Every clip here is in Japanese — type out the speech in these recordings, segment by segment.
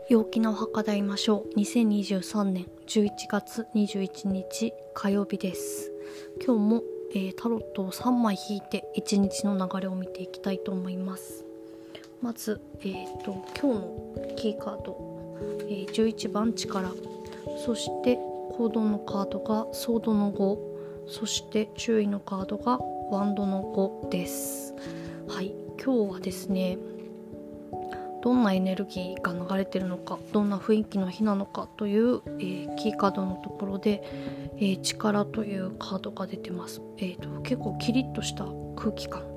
陽気なお墓で会いましょう。2023年11月21日火曜日です。今日も、タロットを3枚引いて1日の流れを見ていきたいと思います。まず、今日のキーカード、11番力、そして行動のカードがソードの5、そして注意のカードがワンドの5です。はい、今日はですね、どんなエネルギーが流れているのか、どんな雰囲気の日なのかという、キーカードのところで、力というカードが出てます。結構キリッとした空気感、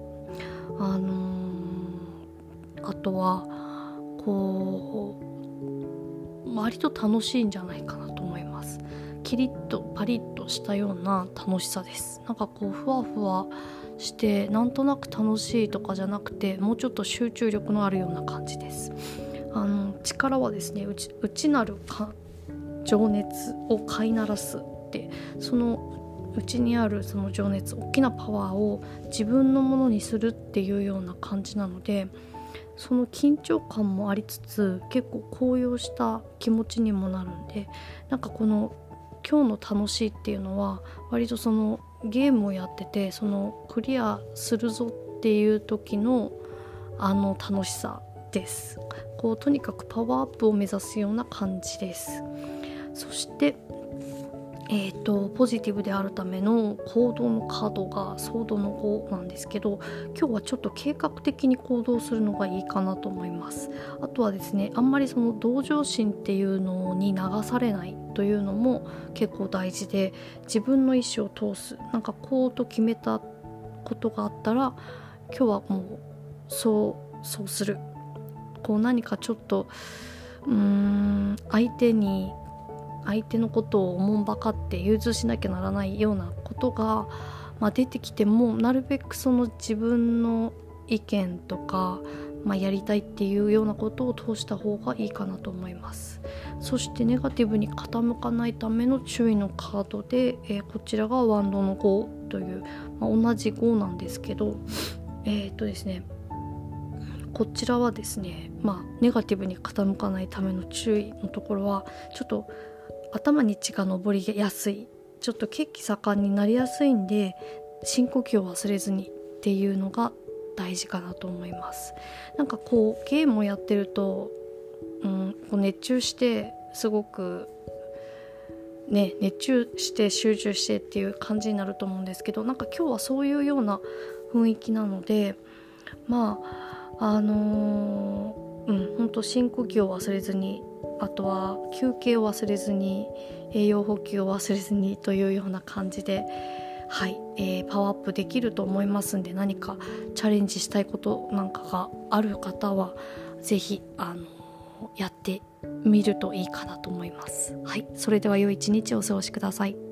あとはこう割と楽しいんじゃないかなと思います。キリッとパリッとしたような楽しさです。なんかこうふわふわしてなんとなく楽しいとかじゃなくて、もうちょっと集中力のあるような感じです。力はですね、内なる情熱を飼いならすって、その内にあるその情熱、大きなパワーを自分のものにするっていうような感じなので、その緊張感もありつつ結構高揚した気持ちにもなるんで、なんかこの今日の楽しいっていうのは割とそのゲームをやってて、そのクリアするぞっていう時の楽しさです。こうとにかくパワーアップを目指すような感じです。そしてポジティブであるための行動のカードがソードの5なんですけど、今日はちょっと計画的に行動するのがいいかなと思います。あとはですね、あんまりその同情心っていうのに流されないというのも結構大事で、自分の意思を通す、なんかこうと決めたことがあったら今日はもうそうする。こう何かちょっと相手のことをおもんばかって融通しなきゃならないようなことが、出てきても、なるべくその自分の意見とか、やりたいっていうようなことを通した方がいいかなと思います。そしてネガティブに傾かないための注意のカードで、こちらがワンドの5という、同じ5なんですけど、ですね、こちらはですね、ネガティブに傾かないための注意のところは、ちょっと頭に血が上りやすい、ちょっと血気盛んになりやすいんで、深呼吸を忘れずにっていうのが大事かなと思います。なんかこうゲームをやってると、こう熱中してすごくね、熱中して集中してっていう感じになると思うんですけど、なんか今日はそういうような雰囲気なので、本当深呼吸を忘れずに、あとは休憩を忘れずに、栄養補給を忘れずにというような感じで、パワーアップできると思いますんで、何かチャレンジしたいことなんかがある方はぜひやってみるといいかなと思います。はい、それでは良い一日をお過ごしください。